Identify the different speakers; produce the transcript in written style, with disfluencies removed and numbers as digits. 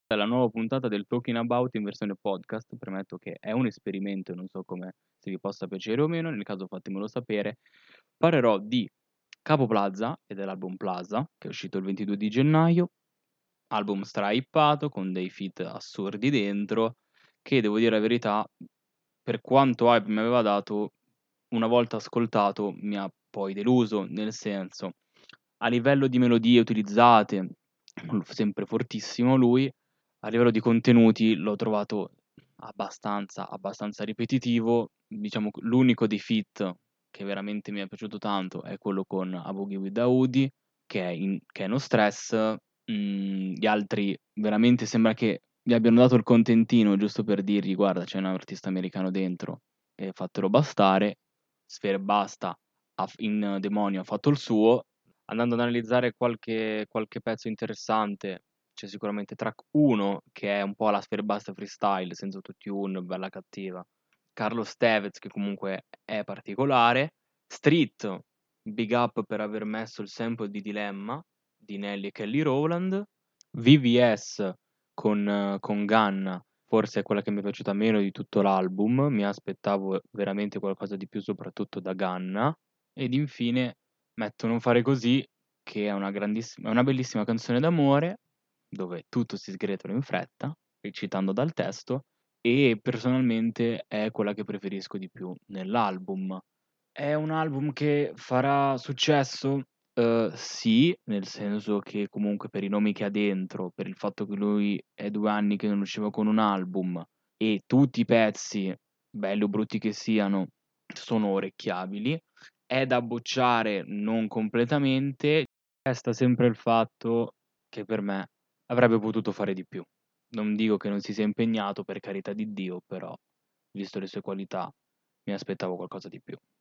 Speaker 1: La nuova puntata del Talking About in versione podcast. Premetto che è un esperimento e non so come se vi possa piacere o meno, nel caso fatemelo sapere. Parlerò di Capo Plaza e dell'album Plaza, che è uscito il 22 di gennaio, album stra-hypato con dei feat assurdi dentro, che devo dire la verità, per quanto hype mi aveva dato, una volta ascoltato mi ha poi deluso, nel senso, a livello di melodie utilizzate, sempre fortissimo lui, a livello di contenuti l'ho trovato abbastanza ripetitivo. Diciamo che l'unico dei feat che veramente mi è piaciuto tanto è quello con A Boogie with Daoudi, che è No Stress. Gli altri veramente sembra che gli abbiano dato il contentino giusto per dirgli: "Guarda, c'è un artista americano dentro e fatelo bastare". Sfera Ebbasta in Demonio ha fatto il suo. Andando ad analizzare qualche pezzo interessante, c'è sicuramente track 1 che è un po' la Sfera Ebbasta freestyle, senza autotune, bella cattiva. Carlos Tevez che comunque è particolare. Street, big up per aver messo il sample di Dilemma di Nelly e Kelly Rowland. VVS con Gunna, forse è quella che mi è piaciuta meno di tutto l'album, mi aspettavo veramente qualcosa di più soprattutto da Gunna. Ed infine metto Non fare così, che è una bellissima canzone d'amore, dove tutto si sgretola in fretta, recitando dal testo, e personalmente è quella che preferisco di più nell'album. È un album che farà successo? Sì, nel senso che comunque per i nomi che ha dentro, per il fatto che lui è 2 anni che non usciva con un album e tutti i pezzi, belli o brutti che siano, sono orecchiabili. È da bocciare non completamente. Resta sempre il fatto che per me avrebbe potuto fare di più. Non dico che non si sia impegnato, per carità di Dio, però visto le sue qualità mi aspettavo qualcosa di più.